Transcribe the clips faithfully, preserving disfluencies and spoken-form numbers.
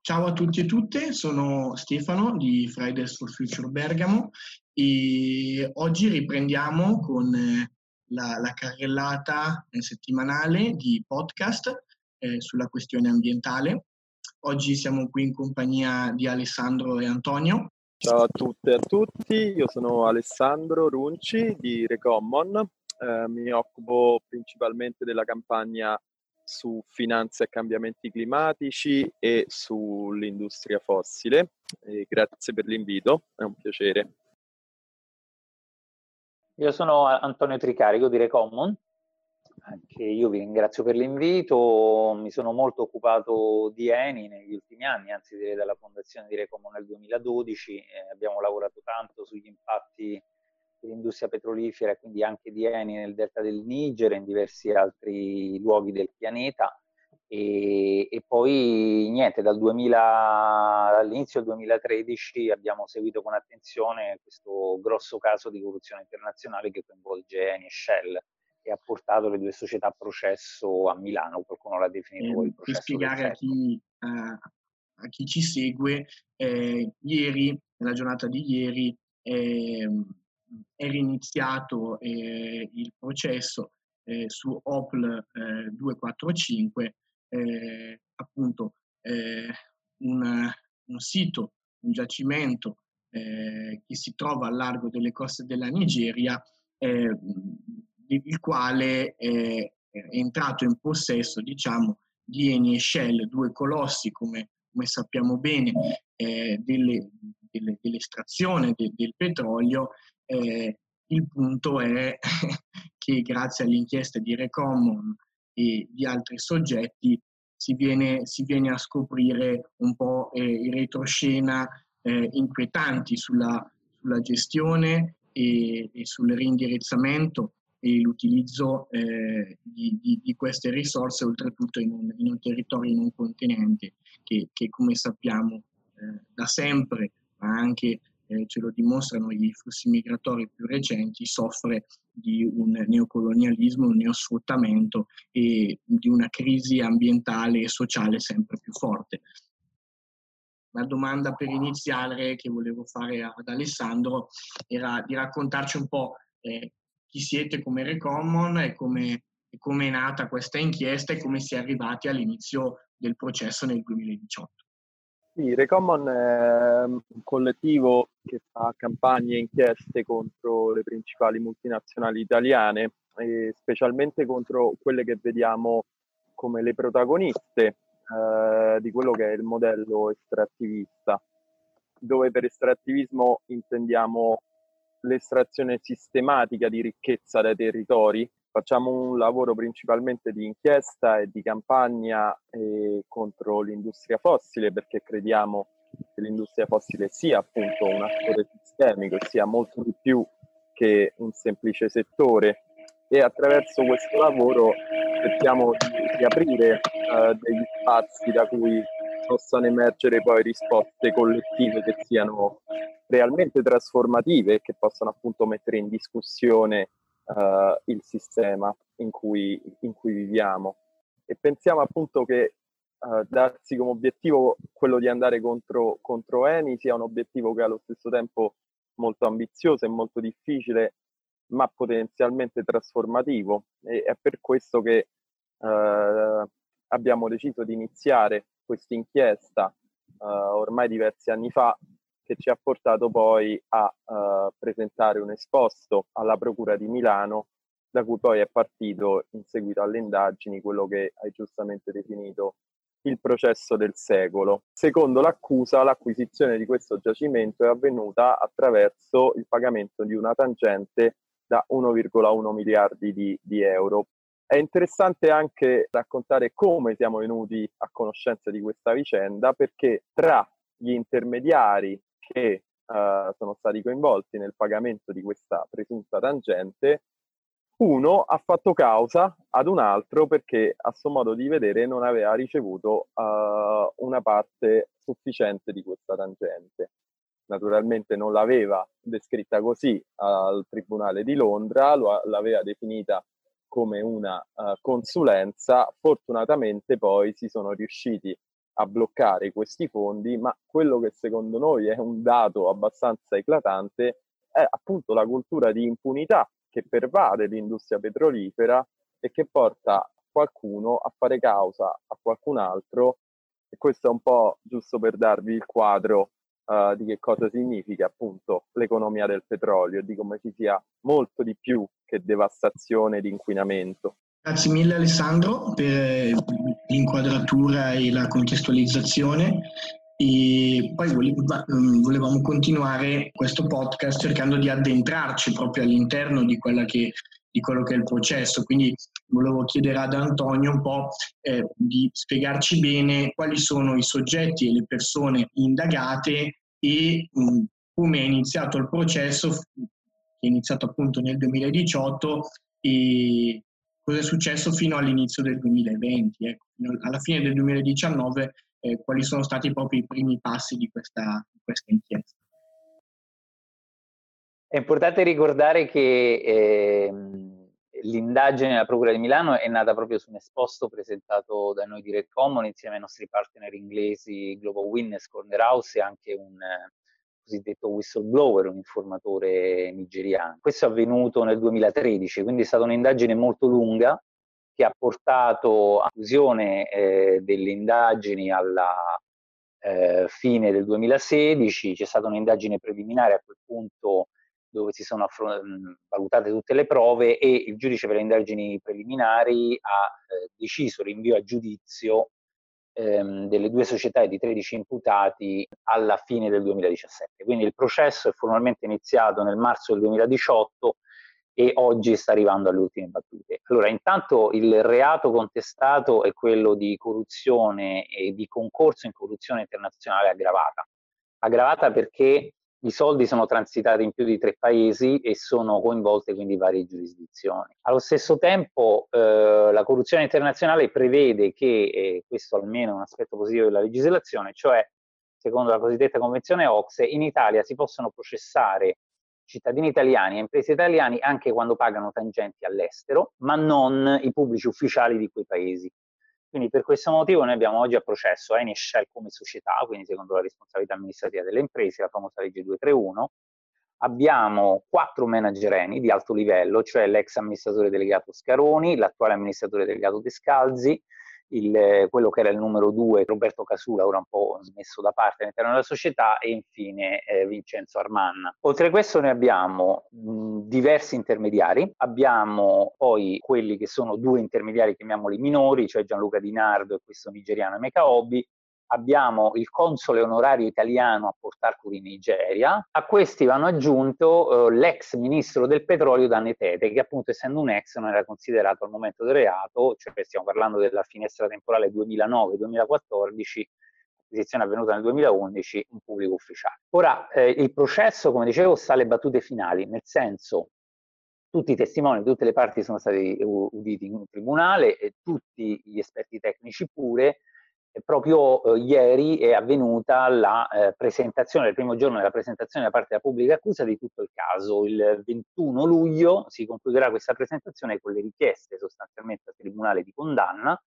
Ciao a tutti e tutte, sono Stefano di Fridays for Future Bergamo e oggi riprendiamo con eh, la, la carrellata eh, settimanale di podcast eh, sulla questione ambientale. Oggi siamo qui in compagnia di Alessandro e Antonio. Ciao a tutte e a tutti, io sono Alessandro Runci di Recommon, eh, mi occupo principalmente della campagna su finanza e cambiamenti climatici e sull'industria fossile. E grazie per l'invito, è un piacere. Io sono Antonio Tricarico di Recommon, anche io vi ringrazio per l'invito, mi sono molto occupato di Eni negli ultimi anni, anzi direi dalla fondazione di Recommon nel duemiladodici, eh, abbiamo lavorato tanto sugli impatti dell'industria petrolifera e quindi anche di Eni nel delta del Niger e in diversi altri luoghi del pianeta e, e poi niente, dal duemila, dall'inizio del duemilatredici abbiamo seguito con attenzione questo grosso caso di corruzione internazionale che coinvolge Eni e Shell e ha portato le due società a processo a Milano, qualcuno l'ha definito poi il processo. Per spiegare a chi, uh, a chi ci segue, eh, ieri, nella giornata di ieri, eh, è riniziato eh, il processo eh, su O P L eh, duecentoquarantacinque, eh, appunto eh, un, un sito, un giacimento eh, che si trova al largo delle coste della Nigeria, eh, il quale è, è entrato in possesso, diciamo, di Eni e Shell, due colossi, come, come sappiamo bene, eh, delle, delle, dell'estrazione de, del petrolio. Eh, il punto è che grazie alle inchieste di Recommon e di altri soggetti si viene, si viene a scoprire un po' eh, i retroscena eh, inquietanti sulla, sulla gestione e, e sul reindirizzamento e l'utilizzo eh, di, di, di queste risorse, oltretutto in un, in un territorio, in un continente che, che come sappiamo eh, da sempre, ma anche eh, ce lo dimostrano i flussi migratori più recenti, soffre di un neocolonialismo, un neosfruttamento e di una crisi ambientale e sociale sempre più forte. La domanda per iniziare che volevo fare ad Alessandro era di raccontarci un po' eh, chi siete come Recommon e come, e come è nata questa inchiesta e come si è arrivati all'inizio del processo nel duemiladiciotto. Sì, Recommon è un collettivo che fa campagne e inchieste contro le principali multinazionali italiane e specialmente contro quelle che vediamo come le protagoniste eh, di quello che è il modello estrattivista, dove per estrattivismo intendiamo l'estrazione sistematica di ricchezza dai territori. Facciamo un lavoro principalmente di inchiesta e di campagna eh, contro l'industria fossile, perché crediamo che l'industria fossile sia appunto un attore sistemico e sia molto di più che un semplice settore. E attraverso questo lavoro cerchiamo di, di aprire eh, degli spazi da cui possano emergere poi risposte collettive che siano realmente trasformative e che possano appunto mettere in discussione uh, il sistema in cui, in cui viviamo. E pensiamo appunto che uh, darsi come obiettivo quello di andare contro, contro Eni sia un obiettivo che è allo stesso tempo molto ambizioso e molto difficile, ma potenzialmente trasformativo. E è per questo che uh, abbiamo deciso di iniziare questa inchiesta uh, ormai diversi anni fa, che ci ha portato poi a uh, presentare un esposto alla Procura di Milano, da cui poi è partito in seguito alle indagini quello che hai giustamente definito il processo del secolo. Secondo l'accusa, l'acquisizione di questo giacimento è avvenuta attraverso il pagamento di una tangente da uno virgola uno miliardi di, di euro. È interessante anche raccontare come siamo venuti a conoscenza di questa vicenda, perché tra gli intermediari che uh, sono stati coinvolti nel pagamento di questa presunta tangente, uno ha fatto causa ad un altro perché a suo modo di vedere non aveva ricevuto uh, una parte sufficiente di questa tangente. Naturalmente non l'aveva descritta così al Tribunale di Londra, lo, l'aveva definita come una uh, consulenza. Fortunatamente poi si sono riusciti a bloccare questi fondi, ma quello che secondo noi è un dato abbastanza eclatante è appunto la cultura di impunità che pervade l'industria petrolifera e che porta qualcuno a fare causa a qualcun altro, e questo è un po' giusto per darvi il quadro uh, di che cosa significa appunto l'economia del petrolio e di come ci sia molto di più che devastazione di inquinamento. Grazie mille Alessandro per l'inquadratura e la contestualizzazione, e poi volevamo continuare questo podcast cercando di addentrarci proprio all'interno di quella che di quello che è il processo, quindi volevo chiedere ad Antonio un po' eh, di spiegarci bene quali sono i soggetti e le persone indagate e mh, come è iniziato il processo, che è iniziato appunto nel duemiladiciotto, e cosa è successo fino all'inizio del duemilaventi, ecco, alla fine del duemiladiciannove, eh, quali sono stati proprio i primi passi di questa, di questa inchiesta. È importante ricordare che eh, l'indagine della Procura di Milano è nata proprio su un esposto presentato da noi di Red Common insieme ai nostri partner inglesi Global Witness, Corner House e anche un eh, cosiddetto whistleblower, un informatore nigeriano. Questo è avvenuto nel duemilatredici, quindi è stata un'indagine molto lunga che ha portato a conclusione eh, delle indagini alla eh, fine del duemilasedici. C'è stata un'indagine preliminare a quel punto dove si sono valutate tutte le prove e il giudice per le indagini preliminari ha eh, deciso l'invio a giudizio ehm, delle due società e di tredici imputati alla fine del duemiladiciassette. Quindi il processo è formalmente iniziato nel marzo del duemiladiciotto e oggi sta arrivando alle ultime battute. Allora, intanto il reato contestato è quello di corruzione e di concorso in corruzione internazionale aggravata. Aggravata perché i soldi sono transitati in più di tre paesi e sono coinvolte quindi varie giurisdizioni. Allo stesso tempo eh, la corruzione internazionale prevede che, e questo almeno è un aspetto positivo della legislazione, cioè secondo la cosiddetta convenzione O C S E, in Italia si possono processare cittadini italiani e imprese italiane anche quando pagano tangenti all'estero, ma non i pubblici ufficiali di quei paesi. Quindi per questo motivo noi abbiamo oggi a processo Eni e Shell come società, quindi secondo la responsabilità amministrativa delle imprese, la famosa legge duecentotrentuno. Abbiamo quattro manager Eni di alto livello, cioè l'ex amministratore delegato Scaroni, l'attuale amministratore delegato Descalzi, il, quello che era il numero due, Roberto Casula, ora un po' messo da parte all'interno della società, e infine eh, Vincenzo Armanna. Oltre a questo noi abbiamo mh, diversi intermediari, abbiamo poi quelli che sono due intermediari, chiamiamoli minori, cioè Gianluca Di Nardo e questo nigeriano Emeka Obi. Abbiamo il console onorario italiano a Port Harcourt in Nigeria. A questi vanno aggiunto eh, l'ex ministro del petrolio Danny Tete, che appunto essendo un ex non era considerato al momento del reato, cioè stiamo parlando della finestra temporale duemilanove duemilaquattordici, l'acquisizione avvenuta nel duemilaundici, un pubblico ufficiale. Ora, eh, il processo, come dicevo, sta alle battute finali, nel senso tutti i testimoni, tutte le parti sono stati uditi in un tribunale e tutti gli esperti tecnici pure. E proprio eh, ieri è avvenuta la eh, presentazione, il primo giorno della presentazione da parte della pubblica accusa di tutto il caso. Il ventuno luglio si concluderà questa presentazione con le richieste sostanzialmente al tribunale di condanna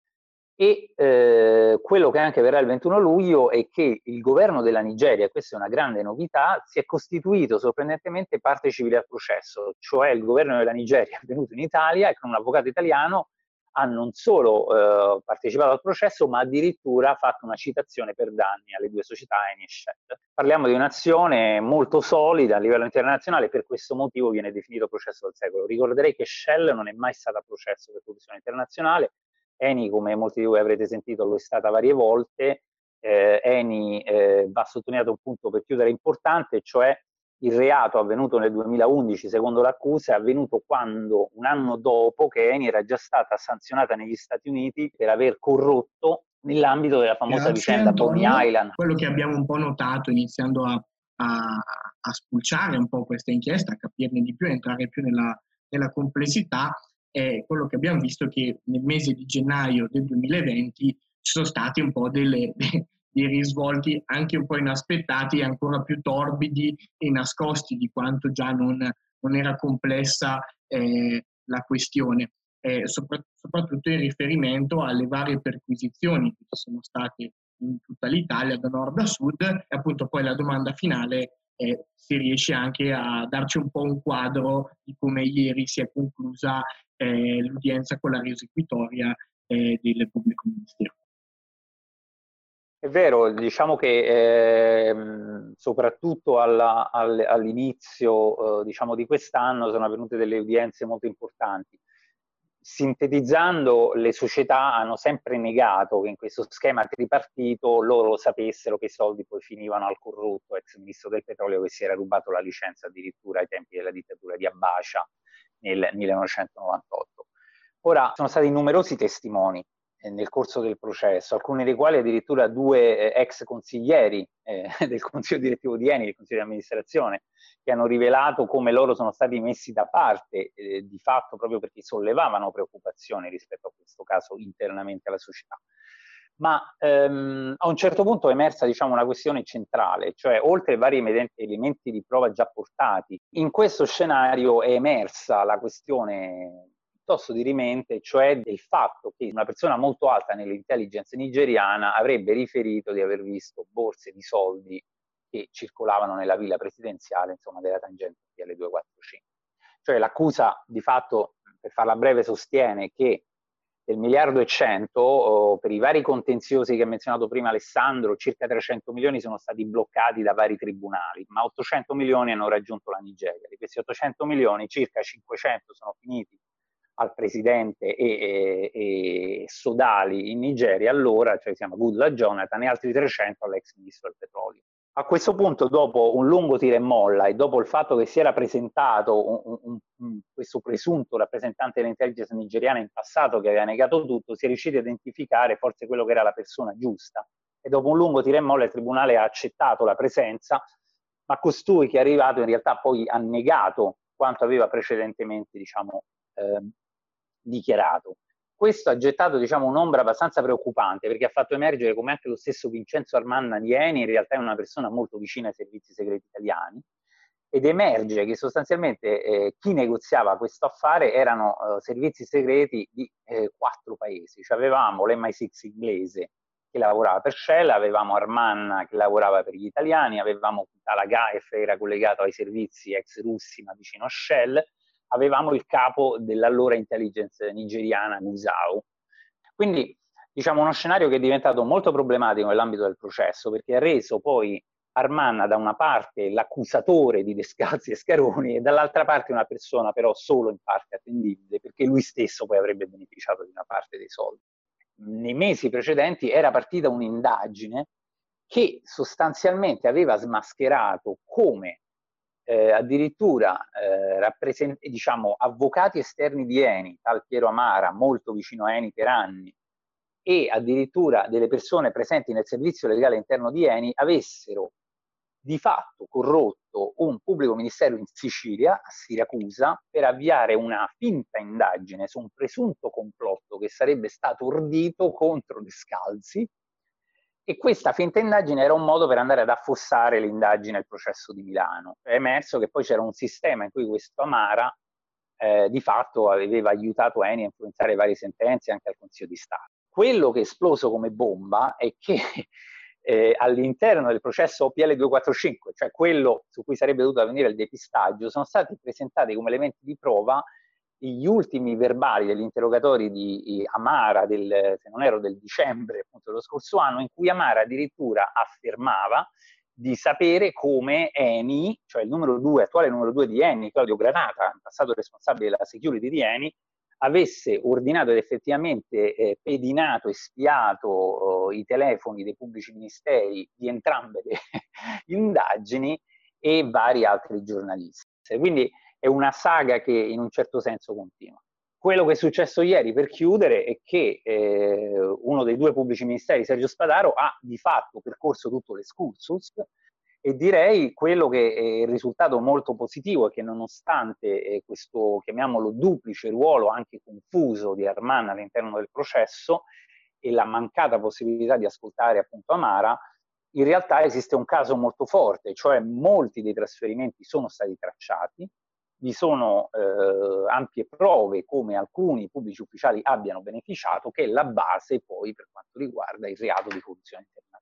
e eh, quello che anche verrà il ventuno luglio è che il governo della Nigeria, e questa è una grande novità, si è costituito sorprendentemente parte civile al processo, cioè il governo della Nigeria è venuto in Italia e con un avvocato italiano ha non solo eh, partecipato al processo, ma addirittura fatto una citazione per danni alle due società Eni e Shell. Parliamo di un'azione molto solida a livello internazionale, per questo motivo viene definito processo del secolo. Ricorderei che Shell non è mai stata processo per corruzione internazionale, Eni, come molti di voi avrete sentito, lo è stata varie volte. Eh, Eni eh, va sottolineato un punto per chiudere importante, cioè il reato avvenuto nel duemilaundici, secondo l'accusa, è avvenuto quando, un anno dopo, che Eni era già stata sanzionata negli Stati Uniti per aver corrotto nell'ambito della famosa Grazie, vicenda Antonio. Bonny Island. Quello che abbiamo un po' notato iniziando a, a, a spulciare un po' questa inchiesta, a capirne di più, a entrare più nella, nella complessità, è quello che abbiamo visto che nel mese di gennaio del duemilaventi ci sono stati un po' delle, dei risvolti anche un po' inaspettati, ancora più torbidi e nascosti di quanto già non, non era complessa eh, la questione, eh, soprattutto, soprattutto in riferimento alle varie perquisizioni che ci sono state in tutta l'Italia, da nord a sud, e appunto poi la domanda finale è se riesci anche a darci un po' un quadro di come ieri si è conclusa eh, l'udienza con la resequitoria eh, del pubblico ministero. È vero, diciamo che eh, soprattutto alla, all, all'inizio eh, diciamo di quest'anno sono avvenute delle udienze molto importanti. Sintetizzando, le società hanno sempre negato che in questo schema tripartito loro sapessero che i soldi poi finivano al corrotto ex ministro del petrolio che si era rubato la licenza addirittura ai tempi della dittatura di Abacha nel millenovecentonovantotto. Ora, sono stati numerosi testimoni eh, nel corso del processo, alcuni dei quali addirittura due eh, ex consiglieri eh, del consiglio direttivo di Eni, del consiglio di amministrazione, che hanno rivelato come loro sono stati messi da parte eh, di fatto proprio perché sollevavano preoccupazioni rispetto a questo caso internamente alla società. Ma ehm, a un certo punto è emersa, diciamo, una questione centrale, cioè oltre ai vari elementi di prova già portati, in questo scenario è emersa la questione piuttosto dirimente, cioè del fatto che una persona molto alta nell'intelligence nigeriana avrebbe riferito di aver visto borse di soldi che circolavano nella villa presidenziale, insomma, della tangente P L duecentoquarantacinque. Cioè l'accusa, di fatto, per farla breve, sostiene che del miliardo e cento, oh, per i vari contenziosi che ha menzionato prima Alessandro, circa trecento milioni sono stati bloccati da vari tribunali, ma ottocento milioni hanno raggiunto la Nigeria. Di questi ottocento milioni, circa cinquecento sono finiti al presidente e, e, e sodali in Nigeria allora, cioè si chiama Goodluck Jonathan, e altri trecento all'ex ministro del petrolio. A questo punto, dopo un lungo tira e molla e dopo il fatto che si era presentato un, un, un, questo presunto rappresentante dell'intelligence nigeriana in passato che aveva negato tutto, si è riusciti a identificare forse quello che era la persona giusta. E dopo un lungo tira e molla il tribunale ha accettato la presenza, ma costui che è arrivato in realtà poi ha negato quanto aveva precedentemente, diciamo, eh, dichiarato. Questo ha gettato, diciamo, un'ombra abbastanza preoccupante, perché ha fatto emergere come anche lo stesso Vincenzo Armanna di Eni in realtà è una persona molto vicina ai servizi segreti italiani, ed emerge che sostanzialmente eh, chi negoziava questo affare erano eh, servizi segreti di eh, quattro paesi. Cioè avevamo l'M I sei inglese che lavorava per Shell, avevamo Armanna che lavorava per gli italiani, avevamo Talagaev che era collegato ai servizi ex russi ma vicino a Shell, avevamo il capo dell'allora intelligence nigeriana Gusau. Quindi diciamo uno scenario che è diventato molto problematico nell'ambito del processo, perché ha reso poi Armanna da una parte l'accusatore di Descalzi e Scaroni e dall'altra parte una persona però solo in parte attendibile, perché lui stesso poi avrebbe beneficiato di una parte dei soldi. Nei mesi precedenti era partita un'indagine che sostanzialmente aveva smascherato come Eh, addirittura eh, diciamo, avvocati esterni di Eni, tal Piero Amara, molto vicino a Eni per anni, e addirittura delle persone presenti nel servizio legale interno di Eni avessero di fatto corrotto un pubblico ministero in Sicilia, a Siracusa, per avviare una finta indagine su un presunto complotto che sarebbe stato ordito contro Descalzi. E questa finta indagine era un modo per andare ad affossare l'indagine al processo di Milano. È emerso che poi c'era un sistema in cui questo Amara eh, di fatto aveva aiutato Eni a influenzare varie sentenze anche al Consiglio di Stato. Quello che è esploso come bomba è che eh, all'interno del processo O P L duecentoquarantacinque, cioè quello su cui sarebbe dovuto avvenire il depistaggio, sono stati presentati come elementi di prova gli ultimi verbali degli interrogatori di Amara, del, se non ero del dicembre appunto dello scorso anno, in cui Amara addirittura affermava di sapere come Eni, cioè il numero due, attuale numero due di Eni, Claudio Granata, in passato responsabile della security di Eni, avesse ordinato ed effettivamente eh, pedinato e spiato oh, i telefoni dei pubblici ministeri di entrambe le indagini e vari altri giornalisti. Quindi è una saga che in un certo senso continua. Quello che è successo ieri, per chiudere, è che eh, uno dei due pubblici ministeri, Sergio Spadaro, ha di fatto percorso tutto l'excursus, e direi quello che è il risultato molto positivo è che nonostante eh, questo, chiamiamolo, duplice ruolo anche confuso di Armanna all'interno del processo e la mancata possibilità di ascoltare appunto Amara, in realtà esiste un caso molto forte, cioè molti dei trasferimenti sono stati tracciati, vi sono eh, ampie prove come alcuni pubblici ufficiali abbiano beneficiato, che è la base poi per quanto riguarda il reato di corruzione internazionale.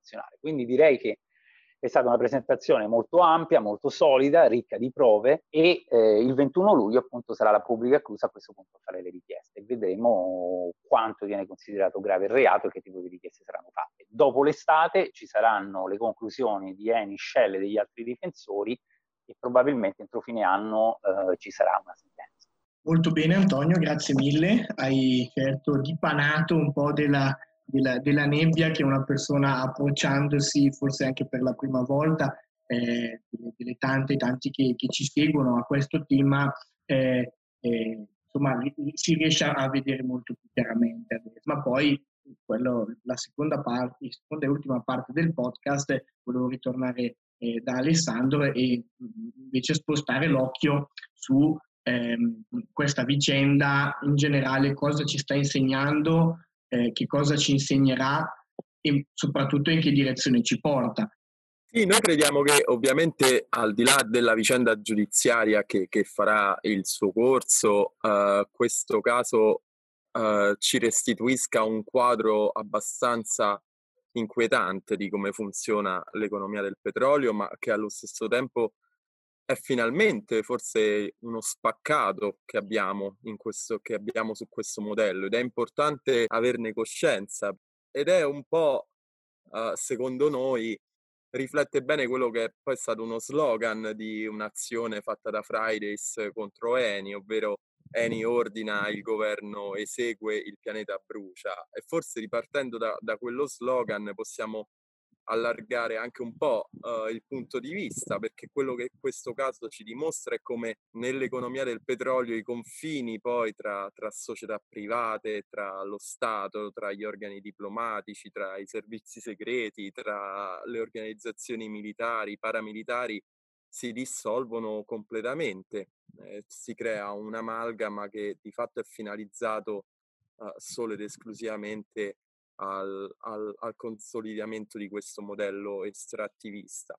internazionale. Quindi direi che è stata una presentazione molto ampia, molto solida, ricca di prove e eh, il ventuno luglio appunto sarà la pubblica accusa a questo punto a fare le richieste e vedremo quanto viene considerato grave il reato e che tipo di richieste saranno fatte. Dopo l'estate ci saranno le conclusioni di Eni, Shell e degli altri difensori e probabilmente entro fine anno eh, ci sarà una sentenza. Molto bene Antonio, grazie mille, hai certo dipanato un po' della, della, della nebbia che una persona approcciandosi forse anche per la prima volta, eh, delle, delle tante tanti che, che ci seguono a questo tema, eh, eh, insomma si riesce a vedere molto più chiaramente adesso. Ma poi quello, la seconda parte, la seconda e ultima parte del podcast, volevo ritornare eh, da Alessandro e invece spostare l'occhio su ehm, questa vicenda in generale, cosa ci sta insegnando, eh, che cosa ci insegnerà e soprattutto in che direzione ci porta. Sì, noi crediamo che ovviamente al di là della vicenda giudiziaria che, che farà il suo corso, uh, questo caso uh, ci restituisca un quadro abbastanza inquietante di come funziona l'economia del petrolio, ma che allo stesso tempo è finalmente forse uno spaccato che abbiamo, in questo, che abbiamo su questo modello ed è importante averne coscienza ed è un po', uh, secondo noi, riflette bene quello che è poi stato uno slogan di un'azione fatta da Fridays contro Eni, ovvero Eni ordina, il governo esegue, il pianeta brucia. E forse ripartendo da, da quello slogan possiamo allargare anche un po' uh, il punto di vista, perché quello che questo caso ci dimostra è come nell'economia del petrolio i confini poi tra, tra società private, tra lo Stato, tra gli organi diplomatici, tra i servizi segreti, tra le organizzazioni militari, paramilitari si dissolvono completamente. Eh, si crea un'amalgama che di fatto è finalizzato uh, solo ed esclusivamente Al, al, al consolidamento di questo modello estrattivista.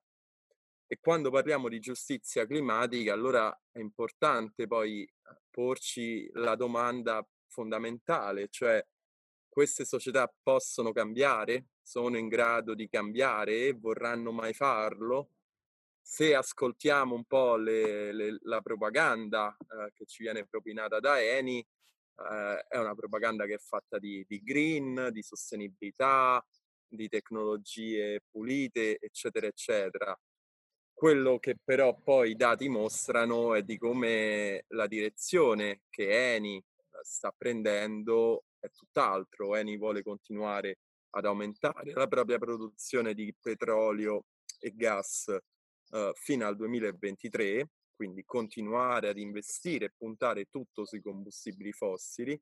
E quando parliamo di giustizia climatica, allora è importante poi porci la domanda fondamentale, cioè queste società possono cambiare? Sono in grado di cambiare e vorranno mai farlo? Se ascoltiamo un po' le, le, la propaganda eh, che ci viene propinata da Eni, Uh, è una propaganda che è fatta di, di green, di sostenibilità, di tecnologie pulite, eccetera, eccetera. Quello che però poi i dati mostrano è di come la direzione che Eni sta prendendo è tutt'altro. Eni vuole continuare ad aumentare la propria produzione di petrolio e gas uh, fino al duemilaventitré, quindi continuare ad investire e puntare tutto sui combustibili fossili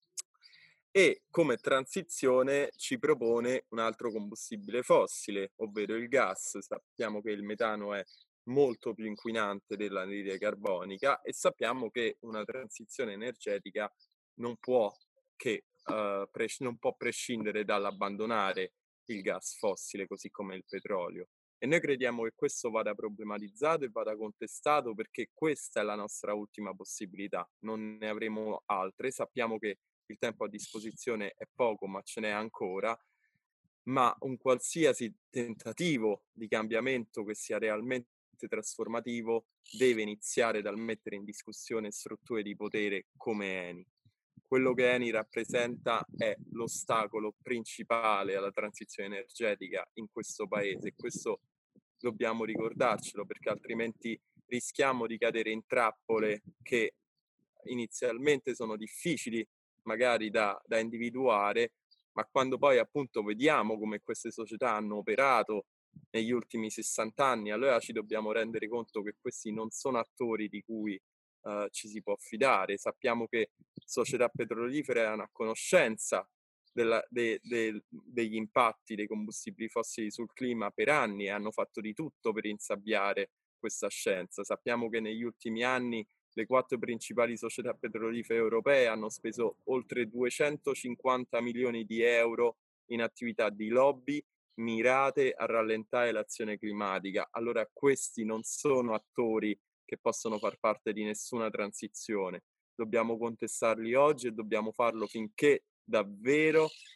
e come transizione ci propone un altro combustibile fossile, ovvero il gas. Sappiamo che il metano è molto più inquinante dell'anidride carbonica e sappiamo che una transizione energetica non può, che, uh, pres- non può prescindere dall'abbandonare il gas fossile così come il petrolio. E noi crediamo che questo vada problematizzato e vada contestato perché questa è la nostra ultima possibilità, non ne avremo altre. Sappiamo che il tempo a disposizione è poco, ma ce n'è ancora, ma un qualsiasi tentativo di cambiamento che sia realmente trasformativo deve iniziare dal mettere in discussione strutture di potere come Eni. Quello che Eni rappresenta è l'ostacolo principale alla transizione energetica in questo paese e questo dobbiamo ricordarcelo perché altrimenti rischiamo di cadere in trappole che inizialmente sono difficili magari da, da individuare, ma quando poi appunto vediamo come queste società hanno operato negli ultimi sessanta anni, allora ci dobbiamo rendere conto che questi non sono attori di cui uh, ci si può fidare. Sappiamo che società petrolifere erano a conoscenza della, de, de, degli impatti dei combustibili fossili sul clima per anni e hanno fatto di tutto per insabbiare questa scienza. Sappiamo che negli ultimi anni le quattro principali società petrolifere europee hanno speso oltre duecentocinquanta milioni di euro in attività di lobby mirate a rallentare l'azione climatica. Allora questi non sono attori che possono far parte di nessuna transizione. Dobbiamo contestarli oggi e dobbiamo farlo finché davvero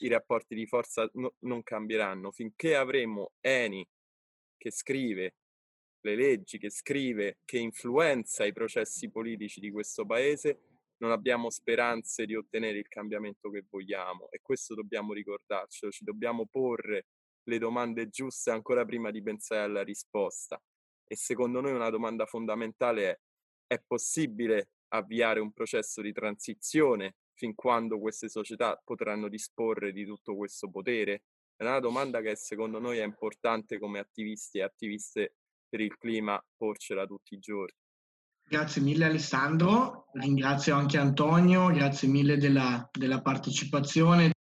i rapporti di forza no, non cambieranno. Finché avremo Eni che scrive le leggi, che scrive, che influenza i processi politici di questo paese, non abbiamo speranze di ottenere il cambiamento che vogliamo, e questo dobbiamo ricordarcelo. Ci dobbiamo porre le domande giuste ancora prima di pensare alla risposta, e secondo noi una domanda fondamentale è: è possibile avviare un processo di transizione fin quando queste società potranno disporre di tutto questo potere? È una domanda che secondo noi è importante come attivisti e attiviste per il clima porcela tutti i giorni. Grazie mille Alessandro, ringrazio anche Antonio, grazie mille della, della partecipazione.